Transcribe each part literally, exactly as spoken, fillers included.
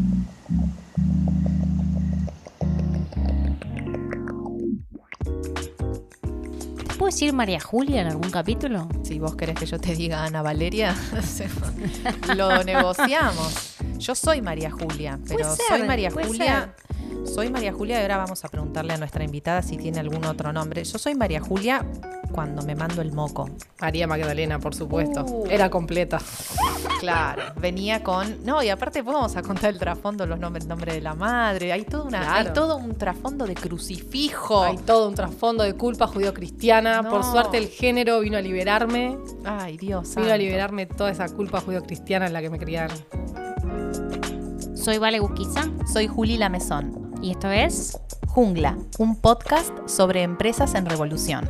¿Puedo decir María Julia en algún capítulo? Si vos querés que yo te diga Ana Valeria, lo negociamos. Yo soy María Julia, pero Puede ser, soy María puede Julia. Soy María Julia y ahora vamos a preguntarle a nuestra invitada si tiene algún otro nombre. Yo soy María Julia cuando me mando el moco. María Magdalena, por supuesto. Uh. Era completa. Claro, venía con... No, y aparte después vamos a contar el trasfondo, los nombres, el nombre de la madre. Hay todo, una, Claro. hay todo un trasfondo de crucifijo. Hay todo un trasfondo de culpa judío-cristiana. No. Por suerte el género vino a liberarme. Ay, Dios Vino santo. a liberarme toda esa culpa judío-cristiana en la que me criaron. Soy Vale Gusquiza Soy Juli Lamezón. y esto es... Jungla, un podcast sobre empresas en revolución.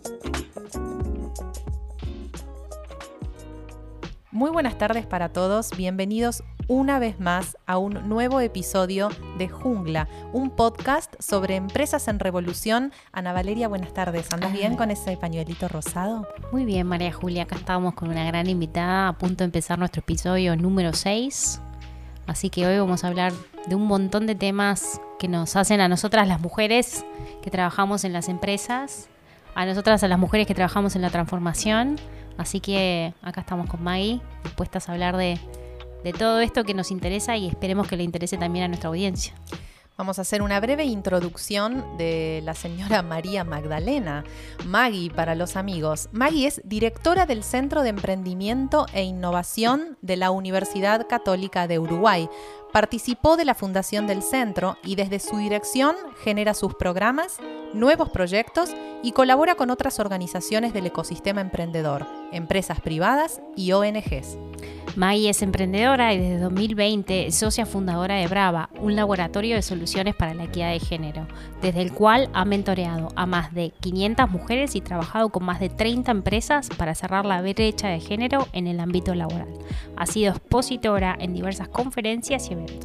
Muy buenas tardes para todos, bienvenidos una vez más a un nuevo episodio de Jungla, un podcast sobre empresas en revolución. Ana Valeria, buenas tardes, ¿andas bien con ese pañuelito rosado? Muy bien, María Julia, acá estamos con una gran invitada a punto de empezar nuestro episodio número seis. Así que hoy vamos a hablar de un montón de temas que nos hacen a nosotras las mujeres que trabajamos en las empresas, a nosotras a las mujeres que trabajamos en la transformación. Así que acá estamos con Maggie, dispuestas a hablar de, de todo esto que nos interesa y esperemos que le interese también a nuestra audiencia. Vamos a hacer una breve introducción de la señora María Magdalena. Maggie, para los amigos. Maggie es directora del Centro de Emprendimiento e Innovación de la Universidad Católica de Uruguay. Participó de la fundación del centro y desde su dirección genera sus programas, nuevos proyectos y colabora con otras organizaciones del ecosistema emprendedor, empresas privadas y O N Ges. Maggie es emprendedora y desde dos mil veinte es socia fundadora de Brava, un laboratorio de soluciones para la equidad de género, desde el cual ha mentoreado a más de quinientas mujeres y trabajado con más de treinta empresas para cerrar la brecha de género en el ámbito laboral. Ha sido expositora en diversas conferencias y eventos.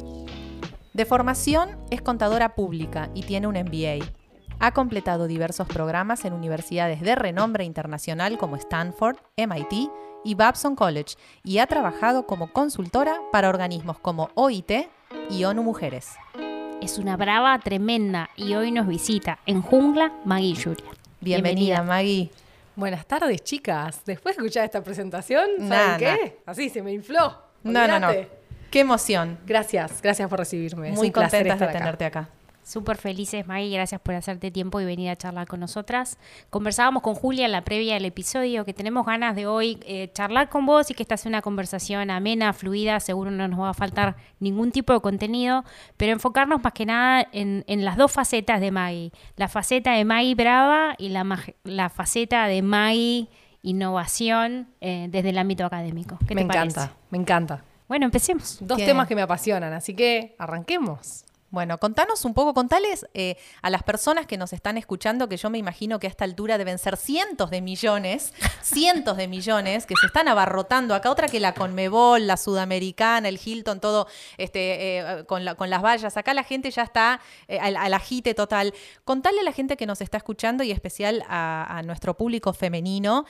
De formación es contadora pública y tiene un M B A. Ha completado diversos programas en universidades de renombre internacional como Stanford, M I T y Babson College y ha trabajado como consultora para organismos como O I T y ONU Mujeres. Es una brava tremenda y hoy nos visita en Jungla Maggie Julia. Bienvenida, Maggie. Buenas tardes, chicas. Después de escuchar esta presentación, ¿saben Nah, qué? Así se me infló. No, no, no. Olvídate. Qué emoción. Gracias, gracias por recibirme. Es Muy un placer contentas de estar acá. tenerte acá. Súper felices, Maggie, gracias por hacerte tiempo y venir a charlar con nosotras. Conversábamos con Julia en la previa del episodio que tenemos ganas de hoy eh, charlar con vos y que esta sea una conversación amena, fluida, seguro no nos va a faltar ningún tipo de contenido, pero enfocarnos más que nada en, en las dos facetas de Maggie, la faceta de Maggie Brava y la, mag- la faceta de Maggie Innovación eh, desde el ámbito académico. ¿Qué Me te encanta, parece? me encanta. Bueno, empecemos. Dos ¿Qué? temas que me apasionan, así que arranquemos. Bueno, contanos un poco, contales eh, a las personas que nos están escuchando, que yo me imagino que a esta altura deben ser cientos de millones, cientos de millones que se están abarrotando acá, otra que la Conmebol, la Sudamericana, el Hilton, todo este, eh, con, la- con las vallas. Acá la gente ya está eh, al, al ajite total. Contale a la gente que nos está escuchando y especial a, a nuestro público femenino,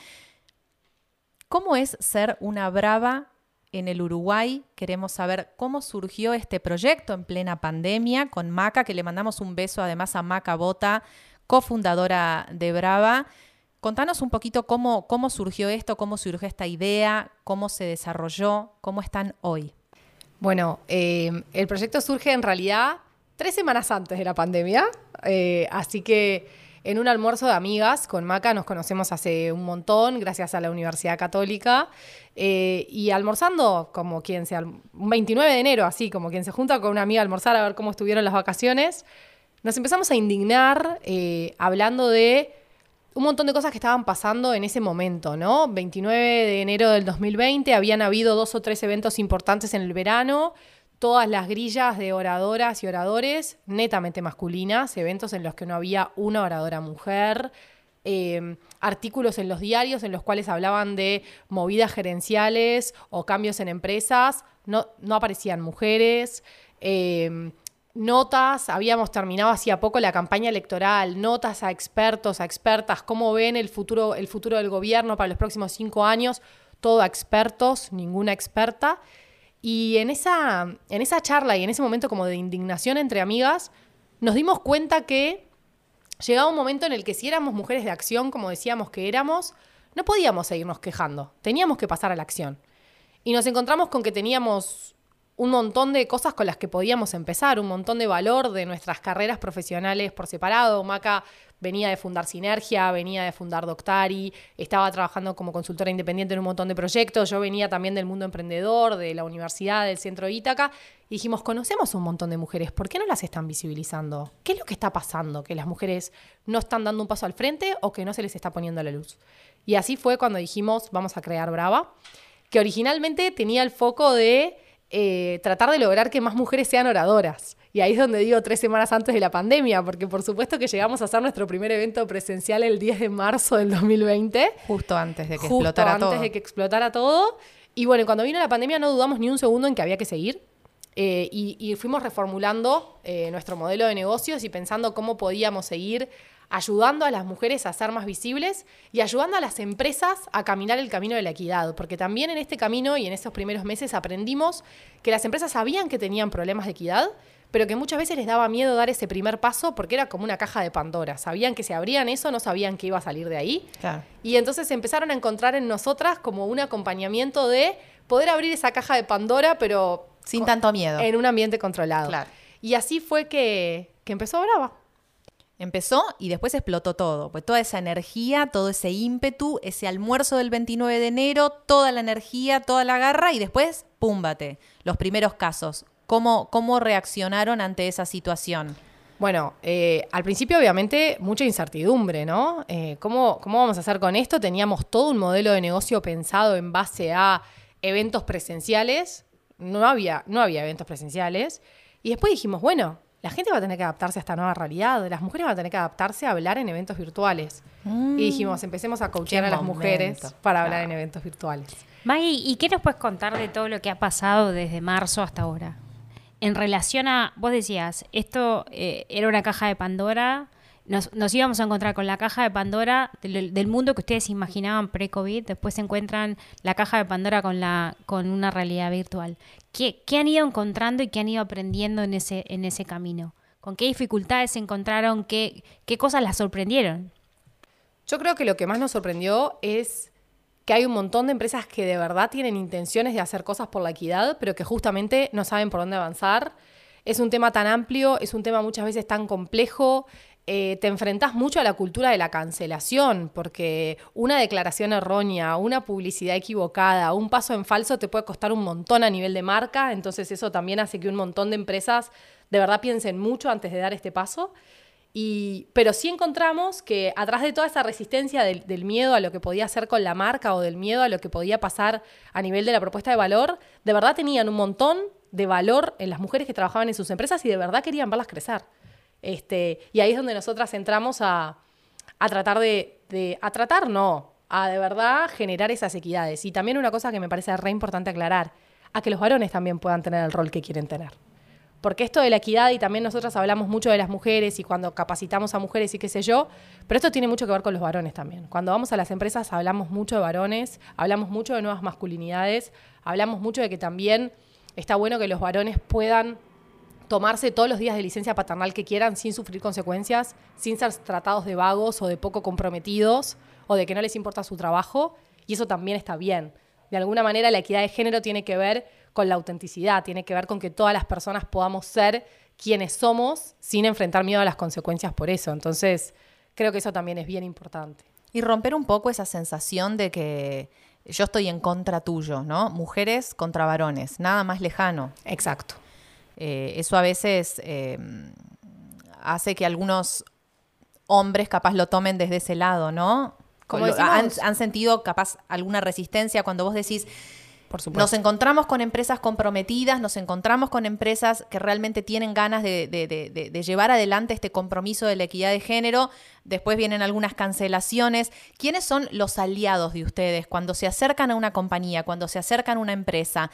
¿cómo es ser una brava en el Uruguay? Queremos saber cómo surgió este proyecto en plena pandemia con Maca, que le mandamos un beso además a Maca Bota, cofundadora de Brava. Contanos un poquito cómo, cómo surgió esto, cómo surgió esta idea, cómo se desarrolló, cómo están hoy. Bueno, eh, el proyecto surge en realidad tres semanas antes de la pandemia, eh, así que en un almuerzo de amigas con Maca nos conocemos hace un montón, gracias a la Universidad Católica, eh, y almorzando como quien se, un veintinueve de enero, así como quien se junta con una amiga a almorzar a ver cómo estuvieron las vacaciones, nos empezamos a indignar eh, hablando de un montón de cosas que estaban pasando en ese momento, ¿no? veintinueve de enero del dos mil veinte, habían habido dos o tres eventos importantes en el verano, todas las grillas de oradoras y oradores netamente masculinas, eventos en los que no había una oradora mujer, eh, artículos en los diarios en los cuales hablaban de movidas gerenciales o cambios en empresas, no, no aparecían mujeres, eh, notas, habíamos terminado hacía poco la campaña electoral, notas a expertos, a expertas, cómo ven el futuro, el futuro del gobierno para los próximos cinco años, todo a expertos, ninguna experta. Y en esa, en esa charla y en ese momento como de indignación entre amigas, nos dimos cuenta que llegaba un momento en el que si éramos mujeres de acción, como decíamos que éramos, no podíamos seguirnos quejando, teníamos que pasar a la acción. Y nos encontramos con que teníamos un montón de cosas con las que podíamos empezar, un montón de valor de nuestras carreras profesionales por separado. Maca venía de fundar Sinergia, venía de fundar Doctari, estaba trabajando como consultora independiente en un montón de proyectos. Yo venía también del mundo emprendedor, de la universidad, del centro de Ítaca. Y dijimos, conocemos un montón de mujeres, ¿por qué no las están visibilizando? ¿Qué es lo que está pasando? ¿Que las mujeres no están dando un paso al frente o que no se les está poniendo la luz? Y así fue cuando dijimos, vamos a crear Brava, que originalmente tenía el foco de eh, tratar de lograr que más mujeres sean oradoras. Y ahí es donde digo tres semanas antes de la pandemia, porque por supuesto que llegamos a hacer nuestro primer evento presencial el diez de marzo del dos mil veinte. Justo antes de que justo explotara antes todo. de que explotara todo. Y bueno, cuando vino la pandemia no dudamos ni un segundo en que había que seguir. Eh, y, y fuimos reformulando eh, nuestro modelo de negocios y pensando cómo podíamos seguir ayudando a las mujeres a ser más visibles y ayudando a las empresas a caminar el camino de la equidad. Porque también en este camino y en esos primeros meses aprendimos que las empresas sabían que tenían problemas de equidad, pero que muchas veces les daba miedo dar ese primer paso porque era como una caja de Pandora. Sabían que si abrían eso, no sabían qué iba a salir de ahí. Claro. Y entonces empezaron a encontrar en nosotras como un acompañamiento de poder abrir esa caja de Pandora, pero sin tanto miedo. En un ambiente controlado. Claro. Y así fue que, que empezó Brava. Empezó y después explotó todo. Pues toda esa energía, todo ese ímpetu, ese almuerzo del veintinueve de enero, toda la energía, toda la garra y después, púmbate. Los primeros casos. ¿Cómo, cómo reaccionaron ante esa situación? Bueno, eh, al principio obviamente mucha incertidumbre, ¿no? Eh, ¿cómo, ¿Cómo vamos a hacer con esto? Teníamos todo un modelo de negocio pensado en base a eventos presenciales. No había, no había eventos presenciales. Y después dijimos, bueno, la gente va a tener que adaptarse a esta nueva realidad. Las mujeres van a tener que adaptarse a hablar en eventos virtuales. Mm. Y dijimos, empecemos a coachear a las momento. mujeres para hablar claro. en eventos virtuales. Maggie, ¿y qué nos puedes contar de todo lo que ha pasado desde marzo hasta ahora? En relación a, vos decías, esto eh, era una caja de Pandora, nos, nos íbamos a encontrar con la caja de Pandora del, del mundo que ustedes imaginaban pre-COVID, después se encuentran la caja de Pandora con, la, con una realidad virtual. ¿Qué, qué han ido encontrando y qué han ido aprendiendo en ese, en ese camino? ¿Con qué dificultades se encontraron? ¿Qué, qué cosas las sorprendieron? Yo creo que lo que más nos sorprendió es que hay un montón de empresas que de verdad tienen intenciones de hacer cosas por la equidad, pero que justamente no saben por dónde avanzar. Es un tema tan amplio, es un tema muchas veces tan complejo. Eh, te enfrentás mucho a la cultura de la cancelación, porque una declaración errónea, una publicidad equivocada, un paso en falso te puede costar un montón a nivel de marca. Entonces eso también hace que un montón de empresas de verdad piensen mucho antes de dar este paso. Y, pero sí encontramos que atrás de toda esa resistencia del, del miedo a lo que podía hacer con la marca o del miedo a lo que podía pasar a nivel de la propuesta de valor, de verdad tenían un montón de valor en las mujeres que trabajaban en sus empresas y de verdad querían verlas crecer. Este, y ahí es donde nosotras entramos a, a tratar de, de... A tratar, no, a de verdad generar esas equidades. Y también una cosa que me parece re importante aclarar, a que los varones también puedan tener el rol que quieren tener. Porque esto de la equidad, y también nosotras hablamos mucho de las mujeres y cuando capacitamos a mujeres y qué sé yo, pero esto tiene mucho que ver con los varones también. Cuando vamos a las empresas hablamos mucho de varones, hablamos mucho de nuevas masculinidades, hablamos mucho de que también está bueno que los varones puedan tomarse todos los días de licencia paternal que quieran sin sufrir consecuencias, sin ser tratados de vagos o de poco comprometidos o de que no les importa su trabajo, y eso también está bien. De alguna manera la equidad de género tiene que ver con la autenticidad, tiene que ver con que todas las personas podamos ser quienes somos sin enfrentar miedo a las consecuencias por eso. Entonces, creo que eso también es bien importante. Y romper un poco esa sensación de que yo estoy en contra tuyo, ¿no? Mujeres contra varones, nada más lejano. Exacto. Eh, eso a veces eh, hace que algunos hombres capaz lo tomen desde ese lado, ¿no? Como lo, decimos, han, han sentido capaz alguna resistencia cuando vos decís, por supuesto, nos encontramos con empresas comprometidas, nos encontramos con empresas que realmente tienen ganas de, de, de, de, de llevar adelante este compromiso de la equidad de género. Después vienen algunas cancelaciones. ¿Quiénes son los aliados de ustedes cuando se acercan a una compañía, cuando se acercan a una empresa?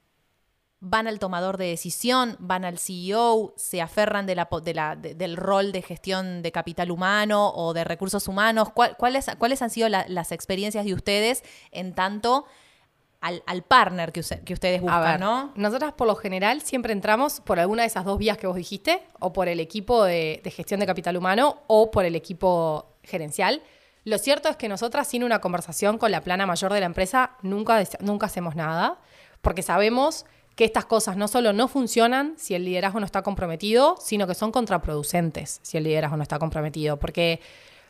¿Van al tomador de decisión? ¿Van al C E O? ¿Se aferran de la, de la, de, del rol de gestión de capital humano o de recursos humanos? ¿Cuál, cuáles, ¿Cuáles han sido la, las experiencias de ustedes en tanto al, al partner que, use- que ustedes A buscan, ver, ¿no? nosotras por lo general siempre entramos por alguna de esas dos vías que vos dijiste, o por el equipo de, de gestión de capital humano, o por el equipo gerencial. Lo cierto es que nosotras, sin una conversación con la plana mayor de la empresa, nunca, des- nunca hacemos nada, porque sabemos que estas cosas no solo no funcionan si el liderazgo no está comprometido, sino que son contraproducentes si el liderazgo no está comprometido. Porque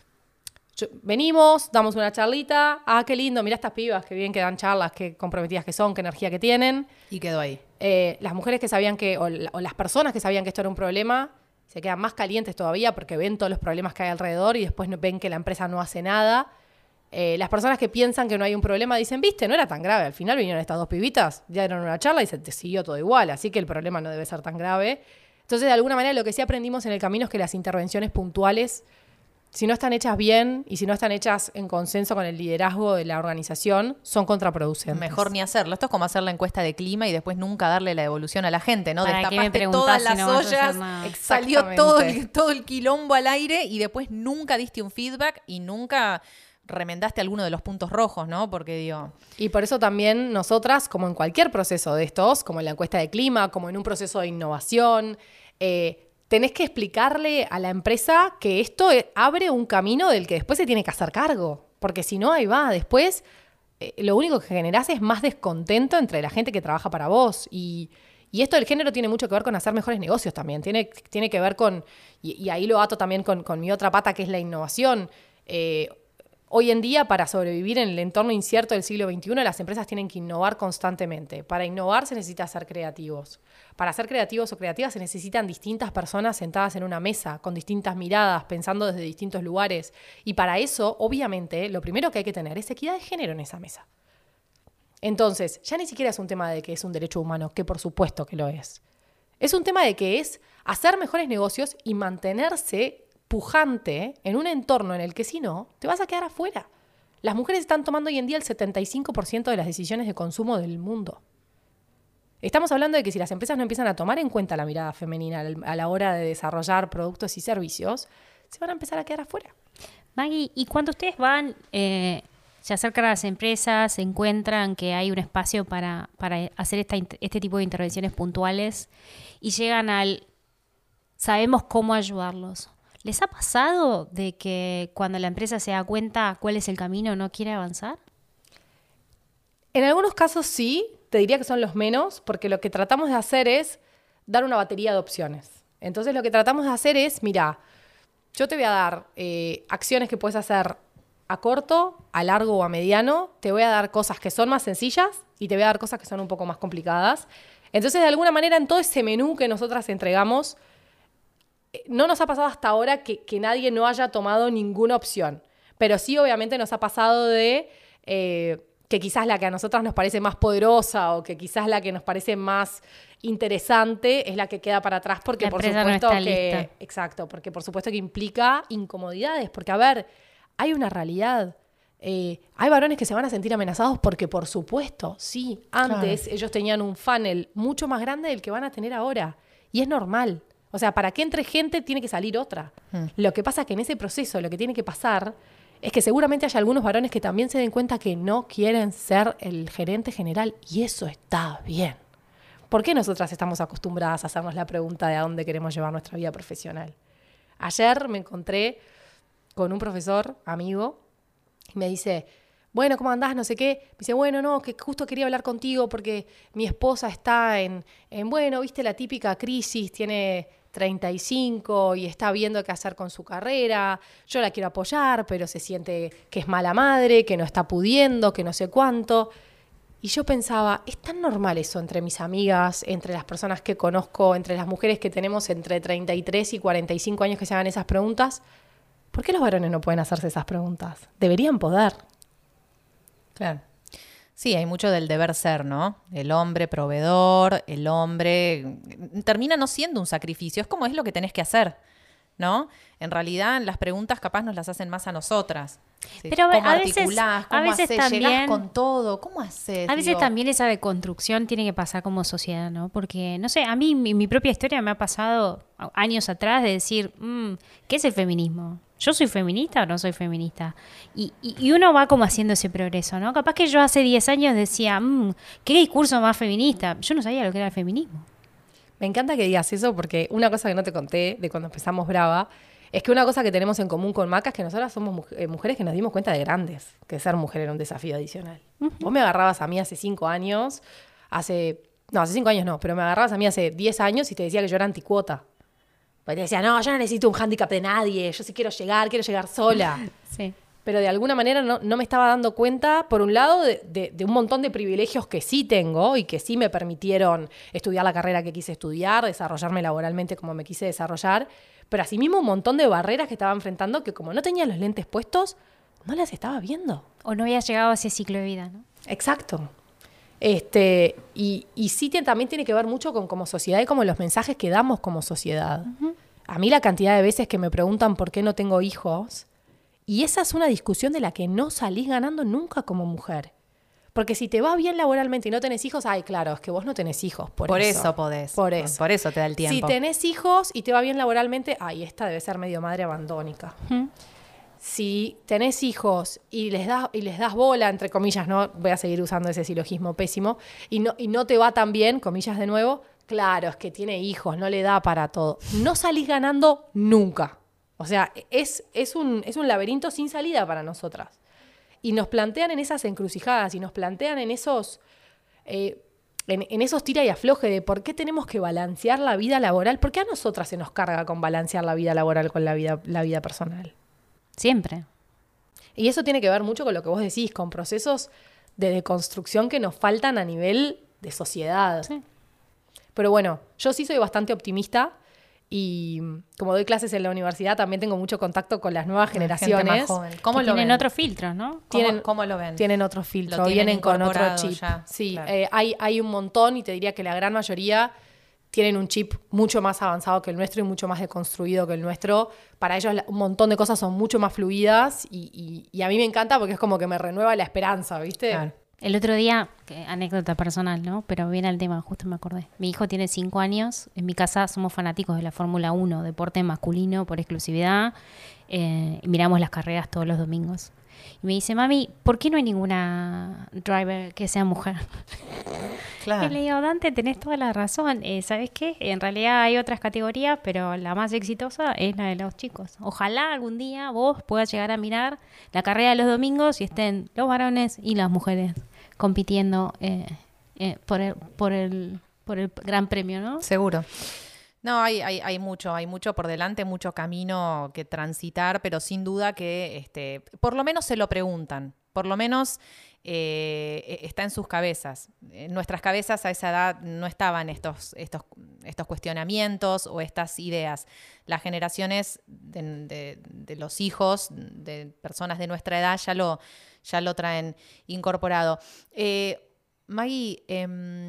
yo- venimos, damos una charlita, ah, qué lindo, mirá estas pibas, qué bien que dan charlas, qué comprometidas que son, qué energía que tienen. Y quedó ahí. Eh, las mujeres que sabían que, o, la- o las personas que sabían que esto era un problema, se quedan más calientes todavía porque ven todos los problemas que hay alrededor y después no- ven que la empresa no hace nada. Eh, las personas que piensan que no hay un problema dicen, viste, no era tan grave. Al final vinieron estas dos pibitas, ya dieron una charla y se te siguió todo igual, así que el problema no debe ser tan grave. Entonces, de alguna manera, lo que sí aprendimos en el camino es que las intervenciones puntuales, si no están hechas bien y si no están hechas en consenso con el liderazgo de la organización, son contraproducentes. Mejor ni hacerlo. Esto es como hacer la encuesta de clima y después nunca darle la devolución a la gente, ¿no? ¿Para qué me Destapaste preguntás todas si las no vas a hacer ollas, nada? salió Exactamente. todo el, todo el quilombo al aire y después nunca diste un feedback y nunca remendaste alguno de los puntos rojos, ¿no? Porque digo, Y por eso también nosotras, como en cualquier proceso de estos, como en la encuesta de clima, como en un proceso de innovación, eh, tenés que explicarle a la empresa que esto eh, abre un camino del que después se tiene que hacer cargo. Porque si no, ahí va. Después, eh, lo único que generás es más descontento entre la gente que trabaja para vos. Y, y esto del género tiene mucho que ver con hacer mejores negocios también. Tiene, tiene que ver con, y, y ahí lo ato también con, con mi otra pata, que es la innovación. Eh, Hoy en día, para sobrevivir en el entorno incierto del siglo veintiuno, las empresas tienen que innovar constantemente. Para innovar se necesita ser creativos. Para ser creativos o creativas se necesitan distintas personas sentadas en una mesa, con distintas miradas, pensando desde distintos lugares. Y para eso, obviamente, lo primero que hay que tener es equidad de género en esa mesa. Entonces, ya ni siquiera es un tema de que es un derecho humano, que por supuesto que lo es. Es un tema de que es hacer mejores negocios y mantenerse pujante en un entorno en el que si no, te vas a quedar afuera. Las mujeres están tomando hoy en día el setenta y cinco por ciento de las decisiones de consumo del mundo. Estamos hablando de que si las empresas no empiezan a tomar en cuenta la mirada femenina a la hora de desarrollar productos y servicios, se van a empezar a quedar afuera. Maggie, y cuando ustedes van, eh, se acercan a las empresas, se encuentran que hay un espacio para, para hacer esta, este tipo de intervenciones puntuales y llegan al sabemos cómo ayudarlos. ¿Les ha pasado de que cuando la empresa se da cuenta cuál es el camino no quiere avanzar? En algunos casos sí, te diría que son los menos, porque lo que tratamos de hacer es dar una batería de opciones. Entonces lo que tratamos de hacer es, mira, yo te voy a dar eh, acciones que puedes hacer a corto, a largo o a mediano, te voy a dar cosas que son más sencillas y te voy a dar cosas que son un poco más complicadas. Entonces, de alguna manera, en todo ese menú que nosotras entregamos, no nos ha pasado hasta ahora que, que nadie no haya tomado ninguna opción. Pero sí, obviamente, nos ha pasado de eh, que quizás la que a nosotras nos parece más poderosa o que quizás la que nos parece más interesante es la que queda para atrás porque, La por empresa no supuesto está que... lista. Exacto, porque por supuesto que implica incomodidades. Porque, a ver, hay una realidad. Eh, hay varones que se van a sentir amenazados porque, por supuesto, sí, antes Claro. ellos tenían un funnel mucho más grande del que van a tener ahora. Y es normal. O sea, para que entre gente tiene que salir otra. Hmm. Lo que pasa es que en ese proceso lo que tiene que pasar es que seguramente haya algunos varones que también se den cuenta que no quieren ser el gerente general. Y eso está bien. ¿Por qué nosotras estamos acostumbradas a hacernos la pregunta de a dónde queremos llevar nuestra vida profesional? Ayer me encontré con un profesor, amigo, y me dice, bueno, ¿cómo andás? No sé qué. Me dice, bueno, no, que justo quería hablar contigo porque mi esposa está en, en bueno, viste la típica crisis, tiene treinta y cinco y está viendo qué hacer con su carrera. Yo la quiero apoyar, pero se siente que es mala madre, que no está pudiendo, que no sé cuánto. Y yo pensaba, ¿es tan normal eso entre mis amigas, entre las personas que conozco, entre las mujeres que tenemos entre treinta y tres y cuarenta y cinco años que se hagan esas preguntas? ¿Por qué los varones no pueden hacerse esas preguntas? Deberían poder. Claro. Sí, hay mucho del deber ser, ¿no? El hombre proveedor, el hombre... Termina no siendo un sacrificio, es como es lo que tenés que hacer. ¿no? En realidad, las preguntas capaz nos las hacen más a nosotras. Sí. Pero ¿Cómo a veces, articulás? ¿Cómo a veces hacés? también, ¿Llegás con todo? ¿Cómo haces? A veces Digo, también esa deconstrucción tiene que pasar como sociedad, ¿no? Porque, no sé, a mí mi, mi propia historia me ha pasado años atrás de decir, mmm, ¿qué es el feminismo? ¿Yo soy feminista o no soy feminista? Y, y, y uno va como haciendo ese progreso, ¿no? Capaz que yo hace diez años decía, mmm, ¿qué discurso más feminista? Yo no sabía lo que era el feminismo. Me encanta que digas eso porque una cosa que no te conté de cuando empezamos Brava es que una cosa que tenemos en común con Maca es que nosotras somos muj- eh, mujeres que nos dimos cuenta de grandes, que ser mujer era un desafío adicional. Uh-huh. Vos me agarrabas a mí hace cinco años, hace... No, hace cinco años no, pero me agarrabas a mí hace diez años y te decía que yo era anticuota. Porque te decía, no, yo no necesito un hándicap de nadie, yo sí quiero llegar, quiero llegar sola. Sí. Pero de alguna manera no, no me estaba dando cuenta, por un lado, de, de, de un montón de privilegios que sí tengo y que sí me permitieron estudiar la carrera que quise estudiar, desarrollarme laboralmente como me quise desarrollar, pero asimismo un montón de barreras que estaba enfrentando que como no tenía los lentes puestos, no las estaba viendo. O no había llegado a ese ciclo de vida, ¿no? Exacto. Este, y, y sí te, también tiene que ver mucho con como sociedad y como los mensajes que damos como sociedad. Uh-huh. A mí la cantidad de veces que me preguntan por qué no tengo hijos, y esa es una discusión de la que no salís ganando nunca como mujer. Porque si te va bien laboralmente y no tenés hijos, ay, claro, es que vos no tenés hijos. Por, por eso. eso podés. Por eso. Por eso te da el tiempo. Si tenés hijos y te va bien laboralmente, ay, esta debe ser medio madre abandónica. Uh-huh. Si tenés hijos y les das y les das bola, entre comillas, no voy a seguir usando ese silogismo pésimo, y no, y no te va tan bien, comillas de nuevo, claro, es que tiene hijos, no le da para todo. No salís ganando nunca. O sea, es, es, un, es un laberinto sin salida para nosotras. Y nos plantean en esas encrucijadas y nos plantean en esos, eh, en, en esos tira y afloje de por qué tenemos que balancear la vida laboral. ¿Por qué a nosotras se nos carga con balancear la vida laboral con la vida, la vida personal? Siempre. Y eso tiene que ver mucho con lo que vos decís, con procesos de deconstrucción que nos faltan a nivel de sociedad. Sí. Pero bueno, yo sí soy bastante optimista. Y como doy clases en la universidad, también tengo mucho contacto con las nuevas generaciones. Gente más joven. ¿Cómo que lo tienen ven? otros filtros, ¿no? Tienen, ¿Cómo, ¿Cómo lo ven? Tienen otro filtro, Lo tienen vienen con otro incorporado chip. ya, Sí, claro. eh, hay, hay un montón y te diría que la gran mayoría tienen un chip mucho más avanzado que el nuestro y mucho más deconstruido que el nuestro. Para ellos un montón de cosas son mucho más fluidas y, y, y a mí me encanta porque es como que me renueva la esperanza, ¿viste? Claro. El otro día, que, anécdota personal, ¿no? Pero viene al tema, justo me acordé. Mi hijo tiene cinco años. En mi casa somos fanáticos de la Fórmula uno, deporte masculino por exclusividad. Eh, y miramos las carreras todos los domingos. Y me dice, mami, ¿por qué no hay ninguna driver que sea mujer? Claro. Y le digo, Dante, tenés toda la razón. Eh, ¿Sabes qué? En realidad hay otras categorías, pero la más exitosa es la de los chicos. Ojalá algún día vos puedas llegar a mirar la carrera de los domingos y estén los varones y las mujeres compitiendo eh, eh, por, el, por, el, por el gran premio, ¿no? Seguro. No, hay, hay, hay mucho, hay mucho por delante, mucho camino que transitar, pero sin duda que este, por lo menos se lo preguntan, por lo menos eh, está en sus cabezas. En nuestras cabezas a esa edad no estaban estos, estos, estos cuestionamientos o estas ideas. Las generaciones de, de, de los hijos de personas de nuestra edad ya lo, ya lo traen incorporado. Eh, Maggie, eh,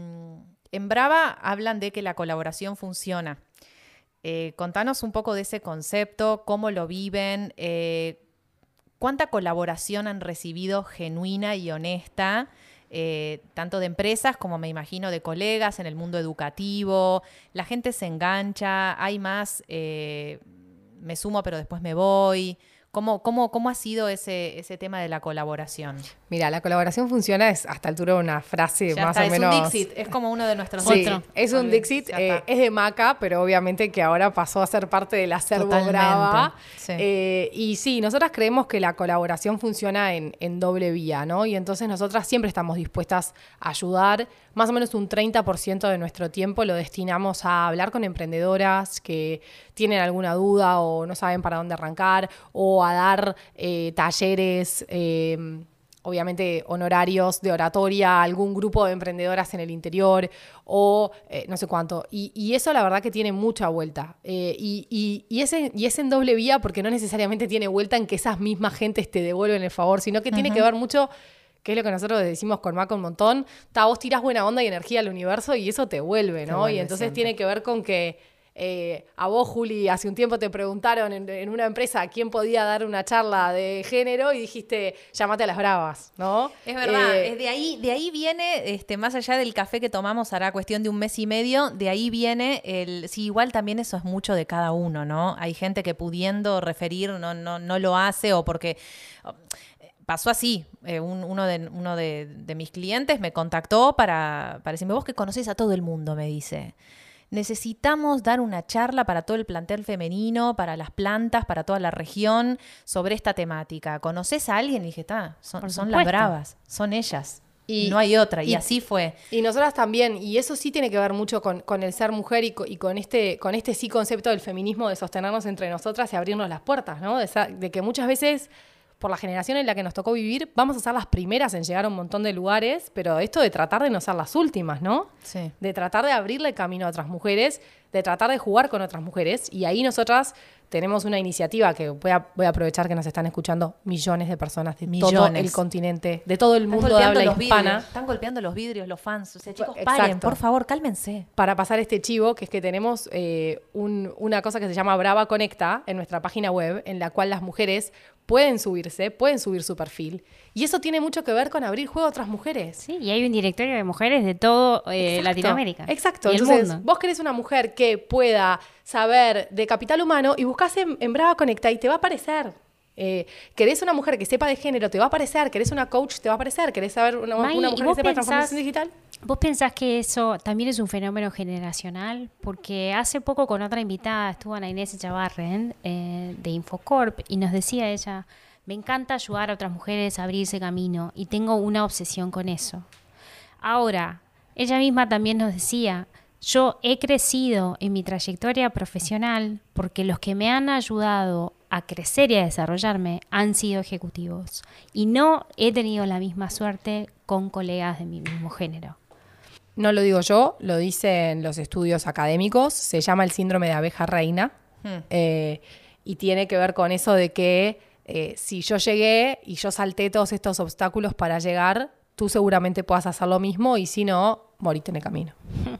en Brava hablan de que la colaboración funciona. Eh, contanos un poco de ese concepto, cómo lo viven, eh, cuánta colaboración han recibido genuina y honesta, eh, tanto de empresas como me imagino de colegas en el mundo educativo. La gente se engancha, hay más, eh, me sumo pero después me voy. ¿Cómo, cómo, cómo ha sido ese, ese tema de la colaboración? Mira, la colaboración funciona, es a esta altura una frase Ya más está, o es menos... un Dixit, es como uno de nuestros Sí, Otro. es un Olvid- Dixit, ya eh, está. es de Maca, pero obviamente que ahora pasó a ser parte del acervo Totalmente, Brava. sí. Eh, y sí, nosotras creemos que la colaboración funciona en, en doble vía, ¿no? Y entonces nosotras siempre estamos dispuestas a ayudar. Más o menos un treinta por ciento de nuestro tiempo lo destinamos a hablar con emprendedoras que tienen alguna duda o no saben para dónde arrancar, o a dar eh, talleres, eh, obviamente honorarios de oratoria a algún grupo de emprendedoras en el interior o eh, no sé cuánto. Y, y eso la verdad que tiene mucha vuelta. Eh, y, y, y, es en, y es en doble vía porque no necesariamente tiene vuelta en que esas mismas gentes te devuelven el favor, sino que tiene Ujú. que ver mucho, que es lo que nosotros decimos con Maca un montón, ta, vos tirás buena onda y energía al universo y eso te vuelve, Te ¿no? vuelve Y entonces siempre. tiene que ver con que Eh, a vos, Juli, hace un tiempo te preguntaron en, en una empresa quién podía dar una charla de género y dijiste, llámate a las bravas, ¿no? Es verdad, Eh, es de ahí, de ahí viene, este, más allá del café que tomamos, hará cuestión de un mes y medio, de ahí viene el, sí, igual también eso es mucho de cada uno, ¿no? Hay gente que pudiendo referir no, no, no lo hace o porque... Pasó así, eh, un, uno, de, uno de, de mis clientes me contactó para, para decirme, vos que conocés a todo el mundo, me dice. Necesitamos dar una charla para todo el plantel femenino, para las plantas, para toda la región, sobre esta temática. ¿Conocés a alguien? Y dije, está, son, son las bravas, son ellas. Y no hay otra. Y, y así fue. Y nosotras también. Y eso sí tiene que ver mucho con, con el ser mujer y, con, y con, este, con este sí concepto del feminismo, de sostenernos entre nosotras y abrirnos las puertas, ¿no? De, esa, de que muchas veces... por la generación en la que nos tocó vivir, vamos a ser las primeras en llegar a un montón de lugares, pero esto de tratar de no ser las últimas, ¿no? Sí. De tratar de abrirle camino a otras mujeres, de tratar de jugar con otras mujeres, y ahí nosotras tenemos una iniciativa que voy a, voy a aprovechar que nos están escuchando millones de personas de millones. todo el continente, de todo el Están mundo de habla los hispana. Vidrios, están golpeando los vidrios los fans. O sea, chicos, Exacto. paren, por favor, cálmense. Para pasar este chivo, que es que tenemos eh, un, una cosa que se llama Brava Conecta en nuestra página web, en la cual las mujeres pueden subirse, pueden subir su perfil. Y eso tiene mucho que ver con abrir juego a otras mujeres. Sí, y hay un directorio de mujeres de todo eh, Exacto, Latinoamérica. Exacto. Y el Entonces, mundo. vos querés una mujer que pueda saber de capital humano y buscás en, en Brava Conecta y te va a aparecer. Eh, querés una mujer que sepa de género, te va a aparecer. Querés una coach, te va a aparecer. Querés saber una, May, una ¿y mujer que vos sepa de pensás- transformación digital. ¿Vos pensás que eso también es un fenómeno generacional? Porque hace poco con otra invitada estuvo Ana Inés Echavarren eh, de Infocorp y nos decía ella, me encanta ayudar a otras mujeres a abrirse camino y tengo una obsesión con eso. Ahora, ella misma también nos decía, yo he crecido en mi trayectoria profesional porque los que me han ayudado a crecer y a desarrollarme han sido ejecutivos y no he tenido la misma suerte con colegas de mi mismo género. No lo digo yo, lo dicen los estudios académicos. Se llama el síndrome de abeja reina. Hmm. Eh, y tiene que ver con eso de que eh, si yo llegué y yo salté todos estos obstáculos para llegar, tú seguramente puedas hacer lo mismo y si no, morite en el camino.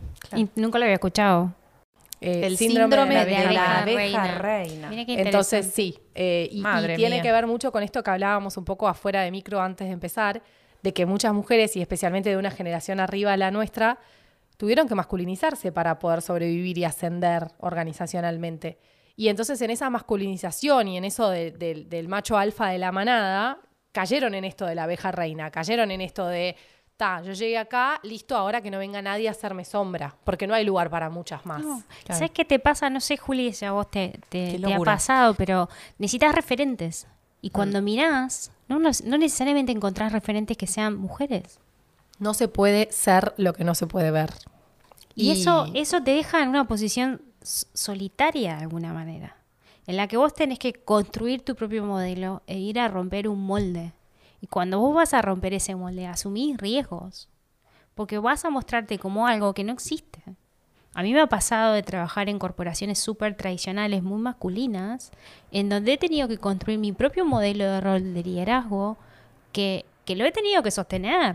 Y nunca lo había escuchado. Eh, El síndrome, de la, abeja abeja reina. reina. Mira qué Entonces, interesante. sí. eh, y, y Madre tiene mía. que ver mucho con esto que hablábamos un poco afuera de micro antes de empezar, de que muchas mujeres, y especialmente de una generación arriba a la nuestra, tuvieron que masculinizarse para poder sobrevivir y ascender organizacionalmente. Y entonces en esa masculinización y en eso de- de- del macho alfa de la manada, cayeron en esto de la abeja reina, cayeron en esto de, ta, yo llegué acá, listo, ahora que no venga nadie a hacerme sombra, porque no hay lugar para muchas más. No, claro. ¿sabes qué te pasa? No sé, Juli, si a vos te, te- Qué te ha locura. pasado, pero necesitas referentes. Y cuando mirás, no, no, no necesariamente encontrás referentes que sean mujeres. No se puede ser lo que no se puede ver. Y, eso, eso te deja en una posición s- solitaria de alguna manera, en la que vos tenés que construir tu propio modelo e ir a romper un molde. Y cuando vos vas a romper ese molde, asumís riesgos, porque vas a mostrarte como algo que no existe. A mí me ha pasado de trabajar en corporaciones súper tradicionales, muy masculinas, en donde he tenido que construir mi propio modelo de rol de liderazgo, que, que lo he tenido que sostener.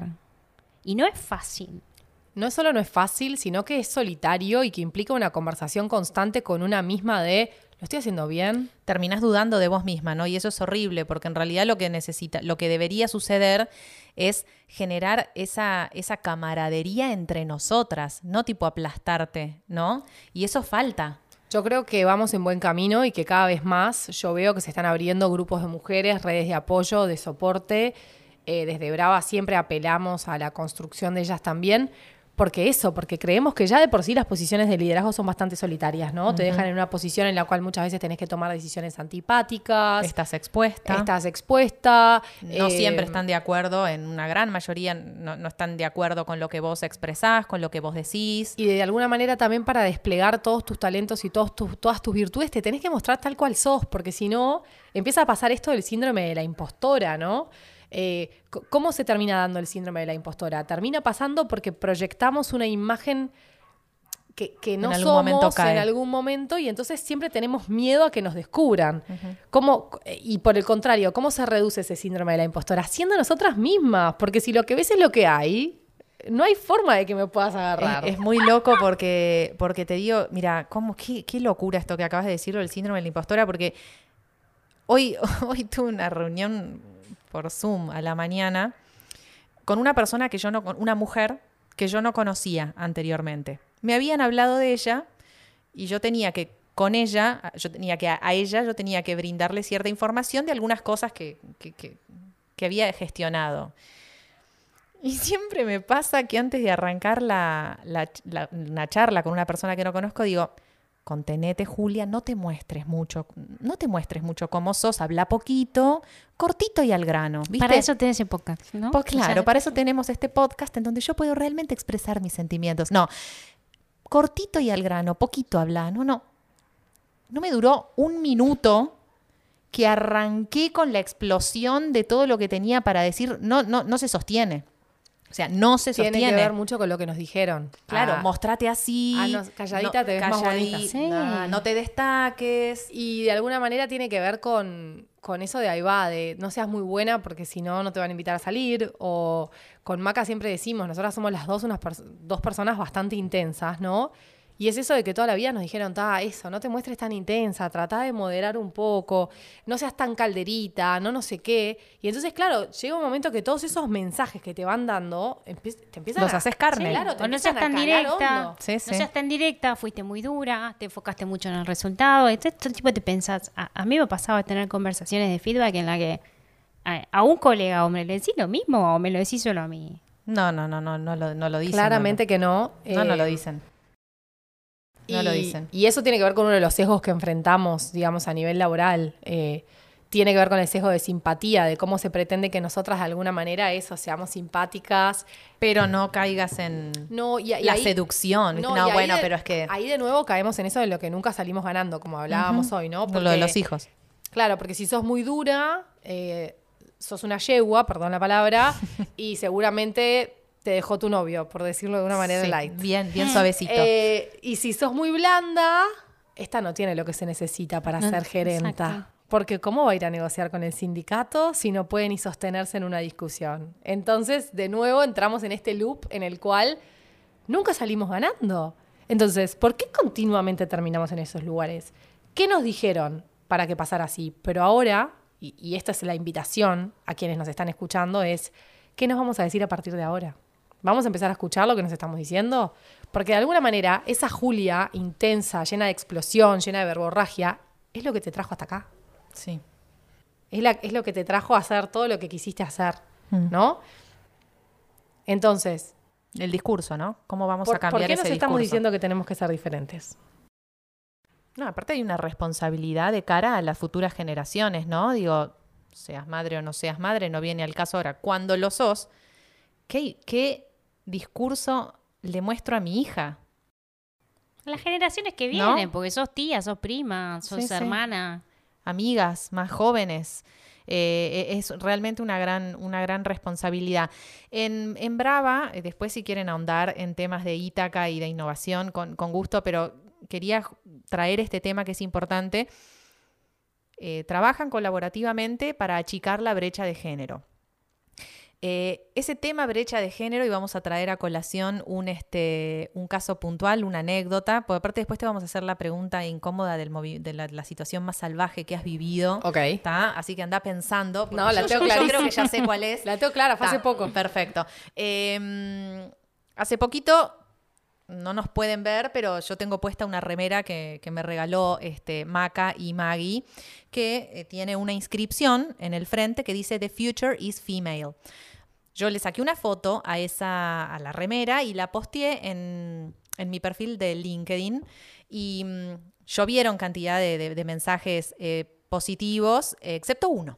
Y no es fácil. No solo no es fácil, sino que es solitario y que implica una conversación constante con una misma de, ¿lo estoy haciendo bien? Terminás dudando de vos misma, ¿no? Y eso es horrible, porque en realidad lo que necesita, lo que debería suceder es generar esa, esa camaradería entre nosotras, no tipo aplastarte, ¿no? Y eso falta. Yo creo que vamos en buen camino y que cada vez más yo veo que se están abriendo grupos de mujeres, redes de apoyo, de soporte. Eh, desde Brava siempre apelamos a la construcción de ellas también. Porque eso, porque creemos que ya de por sí las posiciones de liderazgo son bastante solitarias, ¿no? Uh-huh. Te dejan en una posición en la cual muchas veces tenés que tomar decisiones antipáticas. Estás expuesta. Estás expuesta. No eh, siempre están de acuerdo, en una gran mayoría no, no están de acuerdo con lo que vos expresás, con lo que vos decís. Y de alguna manera también para desplegar todos tus talentos y todos tus, todas tus virtudes te tenés que mostrar tal cual sos, porque si no, empieza a pasar esto del síndrome de la impostora, ¿no? Eh, ¿Cómo se termina dando el síndrome de la impostora? Termina pasando porque proyectamos una imagen que, que no en algún somos momento cae. en algún momento y entonces siempre tenemos miedo a que nos descubran. Uh-huh. ¿Cómo, y por el contrario, ¿cómo se reduce ese síndrome de la impostora? Siendo nosotras mismas, porque si lo que ves es lo que hay, no hay forma de que me puedas agarrar. Es, es muy loco porque, porque te digo, mira, cómo, qué, qué locura esto que acabas de decirlo, el síndrome de la impostora, porque hoy, hoy tuve una reunión por Zoom a la mañana con una persona que yo no, una mujer que yo no conocía anteriormente. Me habían hablado de ella y yo tenía que, con ella, yo tenía que, a ella, yo tenía que brindarle cierta información de algunas cosas que, que, que, que había gestionado. Y siempre me pasa que antes de arrancar la, la, la, una charla con una persona que no conozco, digo, contenete, Julia, no te muestres mucho, no te muestres mucho como sos, habla poquito, cortito y al grano, ¿viste? Para eso tenés ese podcast, ¿no? Pues claro, O sea, para eso tenemos este podcast en donde yo puedo realmente expresar mis sentimientos. No, cortito y al grano, poquito habla, no, no. No me duró un minuto que arranqué con la explosión de todo lo que tenía para decir, no, no, no se sostiene. O sea, no se Tiene sostiene. que ver mucho con lo que nos dijeron. Claro, Ah, mostrate así. Ah, no, calladita no, te ves más calladi- bonita. Sí. no, no te destaques. Y de alguna manera tiene que ver con, con eso de ahí va, de no seas muy buena porque si no, no te van a invitar a salir. O con Maca siempre decimos, nosotras somos las dos unas pers- dos personas bastante intensas, ¿no? Y es eso de que toda la vida nos dijeron, ta, eso, no te muestres tan intensa, trata de moderar un poco, no seas tan calderita, no no sé qué. Y entonces, claro, llega un momento que todos esos mensajes que te van dando, empie- te empiezan Los a... haces carne. Sí, claro, te O no empiezan seas a tan calar directa, hondo. Sí, no sí. seas tan directa, fuiste muy dura, te enfocaste mucho en el resultado. Entonces, todo tipo te pensás, a, a mí me pasaba tener conversaciones de feedback en la que a, a un colega o me lo decís lo mismo o me lo decís solo a mí. No, no, no, no, no lo, no lo dicen. Claramente que no. No, no, no lo eh, dicen. No y, lo dicen. Y eso tiene que ver con uno de los sesgos que enfrentamos, digamos, a nivel laboral. Eh, tiene que ver con el sesgo de simpatía, de cómo se pretende que nosotras de alguna manera eso, seamos simpáticas. Pero no caigas en No, y, y la ahí- seducción. No, y ahí bueno, de- pero es que... Ahí de nuevo caemos en eso de lo que nunca salimos ganando, como hablábamos hoy, ¿no? Lo de los hijos. Claro, porque si sos muy dura, eh, sos una yegua, perdón la palabra, y seguramente te dejó tu novio, por decirlo de una manera Sí, light. bien, bien suavecito. Eh, y si sos muy blanda, esta no tiene lo que se necesita para No, ser gerenta. exacto. Porque ¿cómo va a ir a negociar con el sindicato si no puede ni sostenerse en una discusión? Entonces, de nuevo, entramos en este loop en el cual nunca salimos ganando. Entonces, ¿por qué continuamente terminamos en esos lugares? ¿Qué nos dijeron para que pasara así? Pero ahora, y, y esta es la invitación a quienes nos están escuchando, es ¿qué nos vamos a decir a partir de ahora? ¿Vamos a empezar a escuchar lo que nos estamos diciendo? Porque de alguna manera, esa Julia intensa, llena de explosión, llena de verborragia, es lo que te trajo hasta acá. Sí. Es, la, es lo que te trajo a hacer todo lo que quisiste hacer, Mm. ¿no? Entonces, El discurso, ¿no? ¿Cómo vamos ¿por, a cambiar ¿por qué ese nos estamos discurso? diciendo que tenemos que ser diferentes? No, aparte hay una responsabilidad de cara a las futuras generaciones, ¿no? Digo, seas madre o no seas madre, no viene al caso ahora. Cuando lo sos, ¿qué, qué discurso le muestro a mi hija? Las generaciones que ¿No? vienen, porque sos tía, sos prima, sos Sí, sí. hermana. Amigas más jóvenes. Eh, es realmente una gran, una gran responsabilidad. En, en Brava, eh, después si quieren ahondar en temas de Ítaca y de innovación, con, con gusto, pero quería traer este tema que es importante. Eh, trabajan colaborativamente para achicar la brecha de género. Eh, ese tema brecha de género, y vamos a traer a colación un, este, un caso puntual, una anécdota, porque aparte después te vamos a hacer la pregunta incómoda del movi- de la, la situación más salvaje que has vivido. Ok. ¿Tá? Así que anda pensando. porque No, la yo- tengo yo, yo creo clarísima. que ya sé cuál es. La tengo clara, fue hace Tá, poco. Perfecto. Eh, hace poquito, no nos pueden ver, pero yo tengo puesta una remera que, que me regaló este, Maca y Maggie, que eh, tiene una inscripción en el frente que dice The future is female. Yo le saqué una foto a esa, a la remera y la posteé en, en mi perfil de LinkedIn y mm, llovieron cantidad de, de- de mensajes eh, positivos, eh, excepto uno.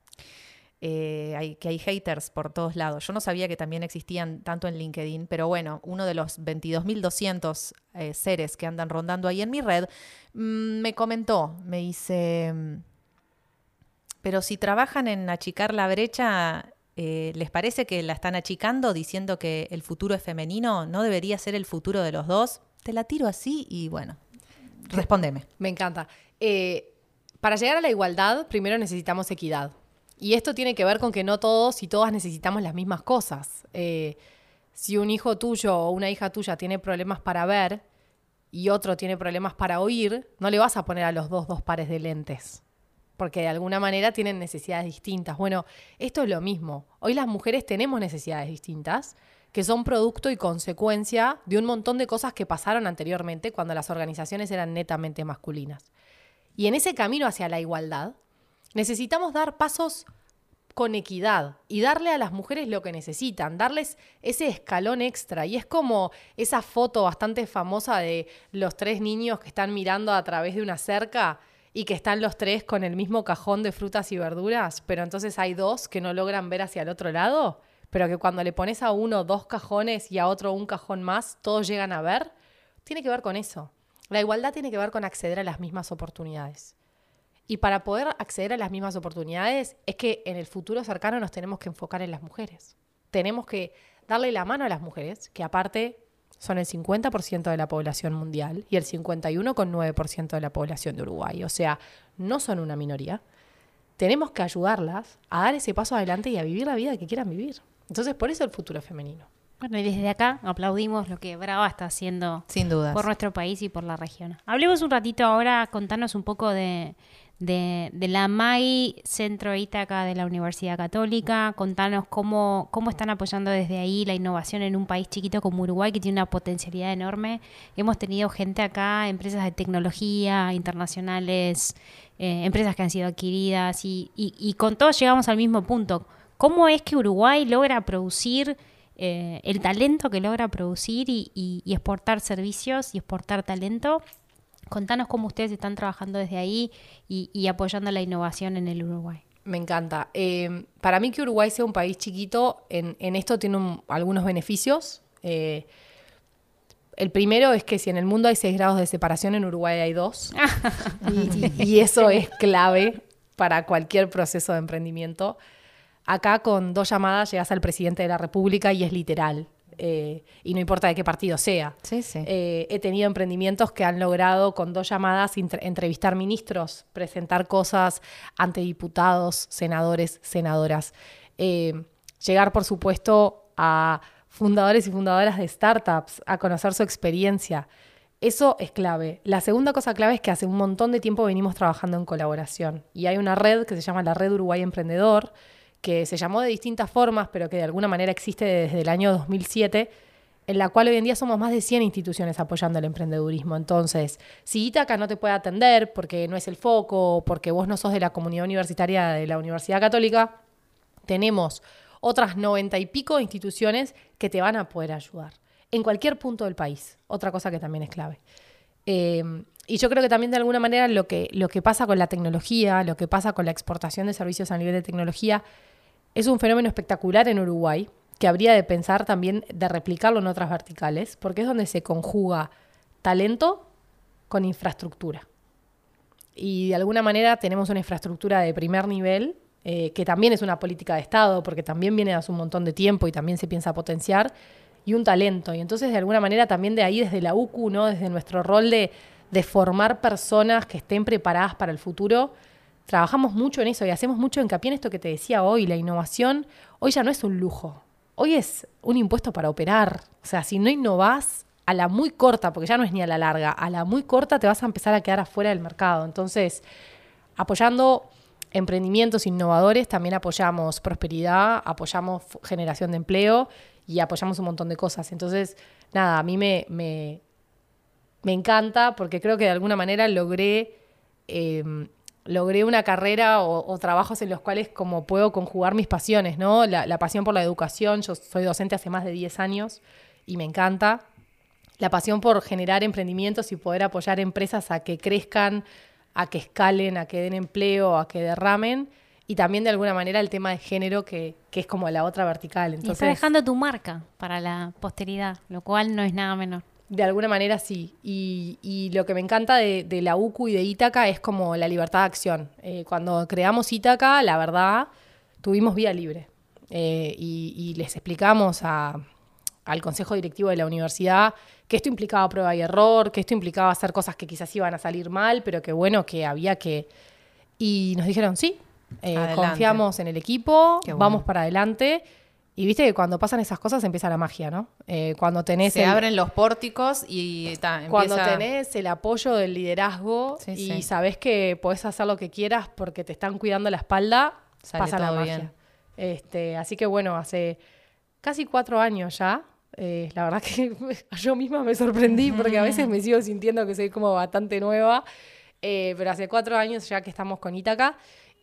Eh, hay, que hay haters por todos lados. Yo no sabía que también existían tanto en LinkedIn, pero bueno, uno de los veintidós mil doscientos eh, seres que andan rondando ahí en mi red mm, me comentó, me dice, mm, pero si trabajan en achicar la brecha, eh, ¿les parece que la están achicando diciendo que el futuro es femenino? ¿No debería ser el futuro de los dos? Te la tiro así y bueno, respóndeme. Me encanta. Eh, para llegar a la igualdad, primero necesitamos equidad. Y esto tiene que ver con que no todos y todas necesitamos las mismas cosas. Eh, si un hijo tuyo o una hija tuya tiene problemas para ver y otro tiene problemas para oír, no le vas a poner a los dos dos pares de lentes, porque de alguna manera tienen necesidades distintas. Bueno, esto es lo mismo. Hoy las mujeres tenemos necesidades distintas, que son producto y consecuencia de un montón de cosas que pasaron anteriormente cuando las organizaciones eran netamente masculinas. Y en ese camino hacia la igualdad, necesitamos dar pasos con equidad y darle a las mujeres lo que necesitan, darles ese escalón extra. Y es como esa foto bastante famosa de los tres niños que están mirando a través de una cerca y que están los tres con el mismo cajón de frutas y verduras, pero entonces hay dos que no logran ver hacia el otro lado, pero que cuando le pones a uno dos cajones y a otro un cajón más, todos llegan a ver. Tiene que ver con eso. La igualdad tiene que ver con acceder a las mismas oportunidades. Y para poder acceder a las mismas oportunidades es que en el futuro cercano nos tenemos que enfocar en las mujeres. Tenemos que darle la mano a las mujeres, que aparte son el cincuenta por ciento de la población mundial y el cincuenta y uno coma nueve por ciento de la población de Uruguay. O sea, no son una minoría. Tenemos que ayudarlas a dar ese paso adelante y a vivir la vida que quieran vivir. Entonces, por eso el futuro femenino. Bueno, y desde acá aplaudimos lo que Brava está haciendo Sin dudas. por nuestro país y por la región. Hablemos un ratito ahora, contanos un poco de, de, de la M A I Centro Ítaca de la Universidad Católica. Contanos cómo, cómo están apoyando desde ahí la innovación en un país chiquito como Uruguay, que tiene una potencialidad enorme. Hemos tenido gente acá, empresas de tecnología internacionales, eh, empresas que han sido adquiridas y, y, y con todo llegamos al mismo punto. ¿Cómo es que Uruguay logra producir eh, el talento que logra producir y, y, y exportar servicios y exportar talento? Contanos cómo ustedes están trabajando desde ahí y, y apoyando la innovación en el Uruguay. Me encanta. Eh, para mí que Uruguay sea un país chiquito, en, en esto tiene un, algunos beneficios. Eh, el primero es que si en el mundo hay seis grados de separación, en Uruguay hay dos. y, y, y eso es clave para cualquier proceso de emprendimiento. Acá con dos llamadas llegas al presidente de la República y es literal. Eh, y no importa de qué partido sea. Sí, sí. Eh, he tenido emprendimientos que han logrado con dos llamadas entre- entrevistar ministros, presentar cosas ante diputados, senadores, senadoras. Eh, llegar, por supuesto, a fundadores y fundadoras de startups, a conocer su experiencia. Eso es clave. La segunda cosa clave es que hace un montón de tiempo venimos trabajando en colaboración. Y hay una red que se llama la Red Uruguay Emprendedor, que se llamó de distintas formas, pero que de alguna manera existe desde el año dos mil siete, en la cual hoy en día somos más de cien instituciones apoyando el emprendedurismo. Entonces, si Ítaca no te puede atender porque no es el foco, porque vos no sos de la comunidad universitaria de la Universidad Católica, tenemos otras noventa y pico instituciones que te van a poder ayudar en cualquier punto del país. Otra cosa que también es clave. Eh, y yo creo que también de alguna manera lo que, lo que pasa con la tecnología, lo que pasa con la exportación de servicios a nivel de tecnología, es un fenómeno espectacular en Uruguay, que habría de pensar también de replicarlo en otras verticales, porque es donde se conjuga talento con infraestructura. Y de alguna manera tenemos una infraestructura de primer nivel, eh, que también es una política de Estado, porque también viene hace un montón de tiempo y también se piensa potenciar, y un talento. Y entonces de alguna manera también de ahí, desde la U C U, ¿no? Desde nuestro rol de, de formar personas que estén preparadas para el futuro, trabajamos mucho en eso y hacemos mucho hincapié en esto que te decía hoy. La innovación hoy ya no es un lujo, hoy es un impuesto para operar. O sea, si no innovás a la muy corta, porque ya no es ni a la larga, a la muy corta te vas a empezar a quedar afuera del mercado. Entonces, apoyando emprendimientos innovadores, también apoyamos prosperidad, apoyamos f- generación de empleo y apoyamos un montón de cosas. Entonces, nada, a mí me, me, me encanta porque creo que de alguna manera logré... Eh, logré una carrera o, o trabajos en los cuales como puedo conjugar mis pasiones, ¿no? La, la pasión por la educación, yo soy docente hace más de diez años y me encanta. La pasión por generar emprendimientos y poder apoyar empresas a que crezcan, a que escalen, a que den empleo, a que derramen. Y también de alguna manera el tema de género, que, que es como la otra vertical. Entonces, y está dejando tu marca para la posteridad, lo cual no es nada menor. De alguna manera sí. Y, y lo que me encanta de, de la U C U y de Ítaca es como la libertad de acción. Eh, cuando creamos Ítaca, la verdad, tuvimos vía libre. Eh, y, y les explicamos a, al consejo directivo de la universidad que esto implicaba prueba y error, que esto implicaba hacer cosas que quizás iban a salir mal, pero que bueno, que había que... Y nos dijeron sí, eh, confiamos en el equipo, Qué bueno. vamos para adelante. Y viste que cuando pasan esas cosas empieza la magia, ¿no? Eh, cuando tenés Se el, abren los pórticos y ta, empieza... Cuando tenés el apoyo del liderazgo Sí, y sí. sabés que podés hacer lo que quieras porque te están cuidando la espalda, Sale pasa la todo magia. bien. Este, así que bueno, hace casi cuatro años ya. Eh, la verdad que yo misma me sorprendí porque a veces me sigo sintiendo que soy como bastante nueva. Eh, pero hace cuatro años ya que estamos con Ítaca.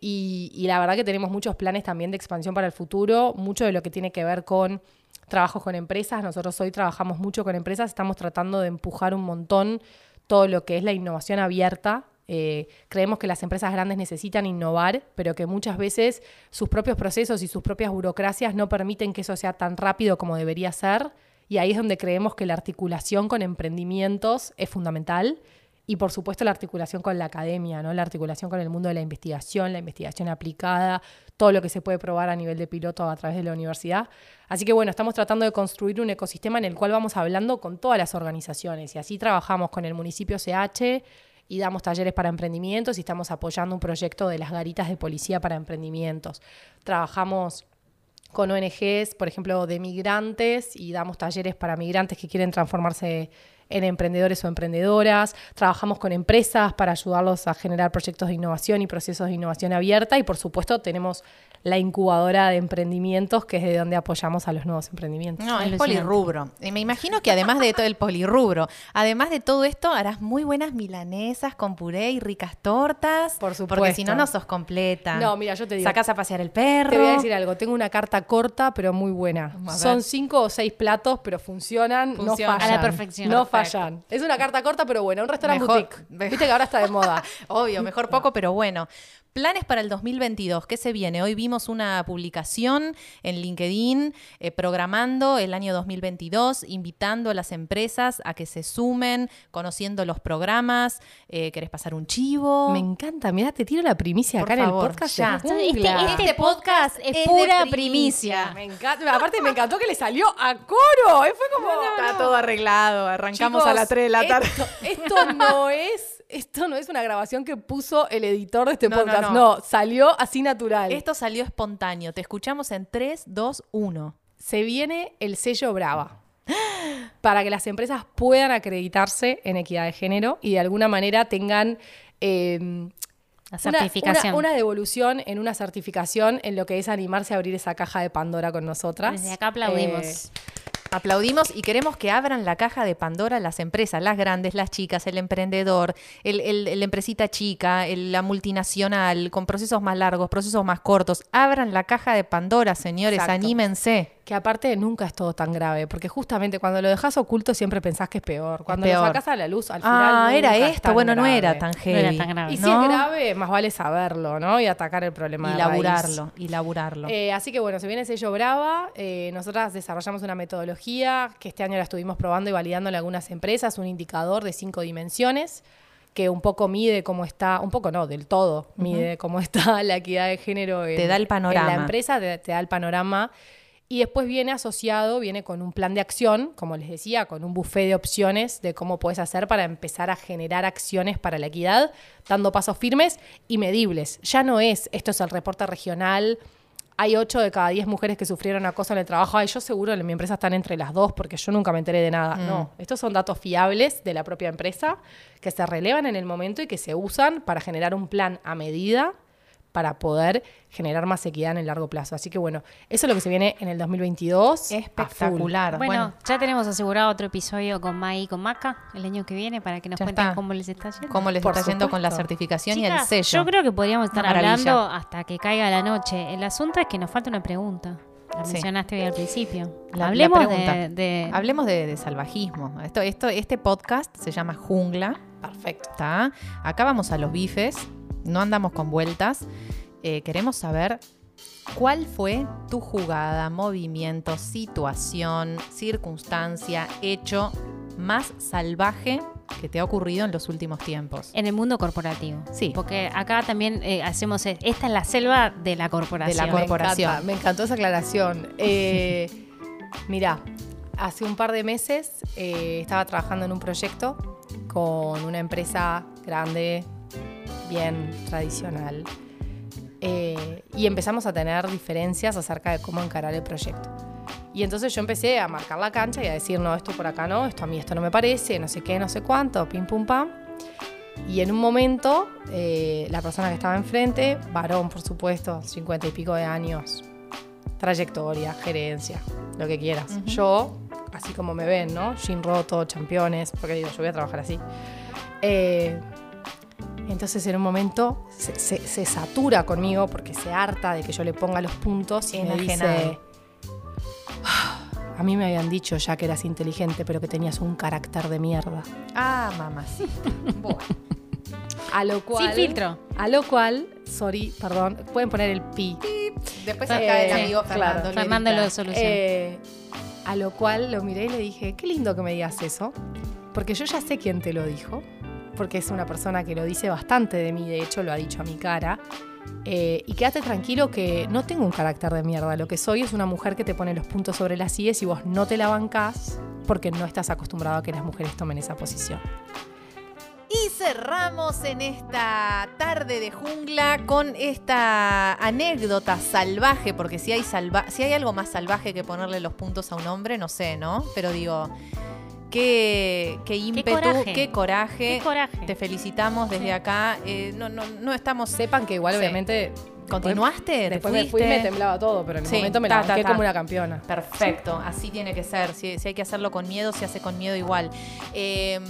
Y, y la verdad que tenemos muchos planes también de expansión para el futuro, mucho de lo que tiene que ver con trabajos con empresas. Nosotros hoy trabajamos mucho con empresas, estamos tratando de empujar un montón todo lo que es la innovación abierta. Eh, creemos que las empresas grandes necesitan innovar, pero que muchas veces sus propios procesos y sus propias burocracias no permiten que eso sea tan rápido como debería ser. Y ahí es donde creemos que la articulación con emprendimientos es fundamental. Y por supuesto la articulación con la academia, ¿no? La articulación con el mundo de la investigación, la investigación aplicada, todo lo que se puede probar a nivel de piloto a través de la universidad. Así que bueno, estamos tratando de construir un ecosistema en el cual vamos hablando con todas las organizaciones. Y así trabajamos con el municipio C H y damos talleres para emprendimientos y estamos apoyando un proyecto de las garitas de policía para emprendimientos. Trabajamos con O N Ges, por ejemplo, de migrantes y damos talleres para migrantes que quieren transformarse en emprendedores o emprendedoras. Trabajamos con empresas para ayudarlos a generar proyectos de innovación y procesos de innovación abierta. Y, por supuesto, tenemos la incubadora de emprendimientos, que es de donde apoyamos a los nuevos emprendimientos. No, es Alucinante. polirrubro. Y me imagino que además de todo el polirrubro, además de todo esto, harás muy buenas milanesas con puré y ricas tortas. Por supuesto. Porque si no, no sos completa. No, mira, yo te digo. Sacás a pasear el perro. Te voy a decir algo. Tengo una carta corta, pero muy buena. A ver. Son cinco o seis platos, pero funcionan, Funciona. no fallan. A la perfección. No Perfecto. fallan. Es una carta corta, pero buena. Un restaurante Mejor- boutique. me- Viste que ahora está de moda. Obvio, mejor poco, pero bueno. Planes para el dos mil veintidós, ¿qué se viene? Hoy vimos una publicación en LinkedIn eh, programando el año dos mil veintidós, invitando a las empresas a que se sumen, conociendo los programas. Eh, ¿Querés pasar un chivo? Me encanta. Mira, te tiro la primicia Por acá favor, en el podcast. ya. de Jungla. Este, este Este podcast podcast es, es de pura primicia. primicia. Me encanta. Aparte, me encantó que le salió a coro. ¿eh? Fue como. Está todo arreglado, arrancamos Chicos, a las tres de la tarde. Esto, esto no es, esto no es una grabación que puso el editor de este No, no, podcast. no. No, salió así natural. Esto salió espontáneo. Te escuchamos en tres, dos, uno. Se viene el sello Brava para que las empresas puedan acreditarse en equidad de género y de alguna manera tengan eh, La una- certificación. Una, una devolución en una certificación en lo que es animarse a abrir esa caja de Pandora con nosotras. Desde acá aplaudimos. Eh, Aplaudimos y queremos que abran la caja de Pandora las empresas, las grandes, las chicas, el emprendedor, el, el, el empresita chica, el- la multinacional, con procesos más largos, procesos más cortos. Abran la caja de Pandora, señores, Exacto. anímense. Que aparte nunca es todo tan grave, porque justamente cuando lo dejas oculto siempre pensás que es peor. Cuando peor. lo sacás a la luz, al final Ah, nunca era es esto. tan Bueno, no grave. era tan No heavy. era tan grave. Y si ¿no? es grave, más vale saberlo, ¿no? Y atacar el problema Y de raíz. laburarlo, y laburarlo. Eh, así que bueno, se viene el sello Brava. Eh, nosotras desarrollamos una metodología que este año la estuvimos probando y validando en algunas empresas, un indicador de cinco dimensiones que un poco mide cómo está, un poco no, del todo mide cómo está la equidad de género en, Te da el panorama. en la empresa, te, te da el panorama. Y después viene asociado, viene con un plan de acción, como les decía, con un buffet de opciones de cómo puedes hacer para empezar a generar acciones para la equidad, dando pasos firmes y medibles. Ya no es, esto es el reporte regional, hay ocho de cada diez mujeres que sufrieron acoso en el trabajo. Ay, yo seguro en mi empresa están entre las dos porque yo nunca me enteré de nada. Mm. No, estos son datos fiables de la propia empresa que se relevan en el momento y que se usan para generar un plan a medida para poder generar más equidad en el largo plazo. Así que bueno, eso es lo que se viene en el dos mil veintidós. Espectacular. Bueno, Bueno, ya tenemos asegurado otro episodio con Mai y con Maca el año que viene para que nos Ya cuenten está. cómo les está yendo. ¿cómo les Por está yendo con la supuesto. certificación y el Chicas, sello? yo creo que podríamos estar Una maravilla. hablando hasta que caiga la noche. El asunto es que nos falta una pregunta. La Sí. mencionaste hoy al principio. La- la Hablemos pregunta. de, de- Hablemos de, de salvajismo. Esto, esto, este podcast se llama Jungla. Perfecto. ¿Está? Acá vamos a los bifes, no andamos con vueltas. Eh, queremos saber cuál fue tu jugada, movimiento, situación, circunstancia, hecho más salvaje que te ha ocurrido en los últimos tiempos. en el mundo corporativo. Sí. Porque acá también eh, hacemos... es- Esta es la selva de la corporación. De la Me corporación. encanta, me encantó esa aclaración. Eh, mirá, hace un par de meses eh, estaba trabajando en un proyecto con una empresa grande, bien tradicional. Eh, y empezamos a tener diferencias acerca de cómo encarar el proyecto. Y entonces yo empecé a marcar la cancha y a decir, no, esto por acá no, esto a mí esto no me parece, no sé qué, no sé cuánto, pim pum pam. Y en un momento, eh, la persona que estaba enfrente, varón por supuesto, cincuenta y pico de años, trayectoria, gerencia, lo que quieras. Uh-huh. Yo, así como me ven, ¿no? Jean roto, championes, porque digo, yo voy a trabajar así. Eh, entonces en un momento se, se, se satura conmigo porque se harta de que yo le ponga los puntos y Enajenado. me dice... A mí me habían dicho ya que eras inteligente, pero que tenías un carácter de mierda. Ah, mamacita. Bueno. A lo cual... Sin filtro. A lo cual, sorry, perdón, pueden poner el pi. Después Eh, acá el sí, amigo claro, Fernando. Fernando lo soluciona. Eh, a lo cual lo miré y le dije, qué lindo que me digas eso, porque yo ya sé quién te lo dijo, porque es una persona que lo dice bastante de mí, de hecho lo ha dicho a mi cara. Eh, y quédate tranquilo que no tengo un carácter de mierda. Lo que soy es una mujer que te pone los puntos sobre las íes y vos no te la bancás porque no estás acostumbrado a que las mujeres tomen esa posición. Y cerramos en esta tarde de jungla con esta anécdota salvaje, porque si hay, salva- si hay algo más salvaje que ponerle los puntos a un hombre, no sé, ¿no? Pero digo... Qué, qué ímpetu, qué coraje. qué coraje. Qué coraje. Te felicitamos desde Sí. acá. Eh, no, no, no estamos... Sepan que igual Sí. obviamente... ¿Continuaste? ¿Te Después me fui y fuiste? me temblaba todo, pero en el Sí, momento me ta, la ta, banqué ta. como una campeona. Perfecto, así tiene que ser. Si, si hay que hacerlo con miedo, se hace con miedo igual. Eh,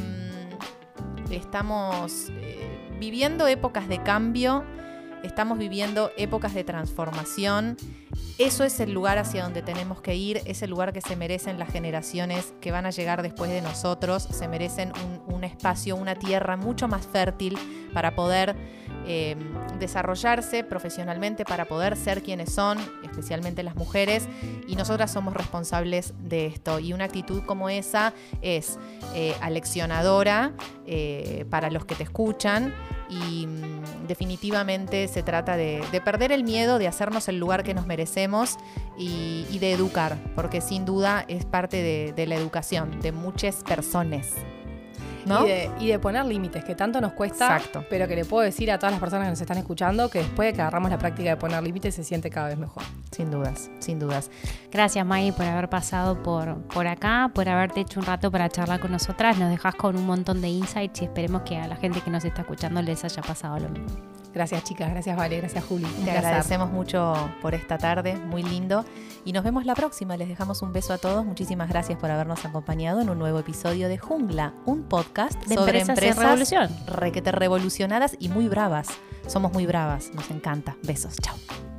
estamos eh, viviendo épocas de cambio, estamos viviendo épocas de transformación. Eso es el lugar hacia donde tenemos que ir, es el lugar que se merecen las generaciones que van a llegar después de nosotros. Se merecen un, un espacio, una tierra mucho más fértil para poder eh, desarrollarse profesionalmente, para poder ser quienes son, especialmente las mujeres, y nosotras somos responsables de esto. Y una actitud como esa es eh, aleccionadora eh, para los que te escuchan. Y mmm, definitivamente se trata de, de perder el miedo, de hacernos el lugar que nos merecemos y, y de educar, porque sin duda es parte de, de la educación de muchas personas, ¿no? Y de, y de poner límites, que tanto nos cuesta, Exacto. pero que le puedo decir a todas las personas que nos están escuchando que después de que agarramos la práctica de poner límites se siente cada vez mejor. Sin dudas, sin dudas. Gracias, Maggie, por haber pasado por, por acá, por haberte hecho un rato para charlar con nosotras. Nos dejás con un montón de insights y esperemos que a la gente que nos está escuchando les haya pasado lo mismo. Gracias, chicas. Gracias, Vale. Gracias, Juli. Un Te placer. agradecemos mucho por esta tarde, muy lindo. Y nos vemos la próxima. Les dejamos un beso a todos. Muchísimas gracias por habernos acompañado en un nuevo episodio de Jungla, un podcast De sobre empresas en empresas revolución. requete revolucionadas y muy bravas. Somos muy bravas, nos encanta. Besos, chao.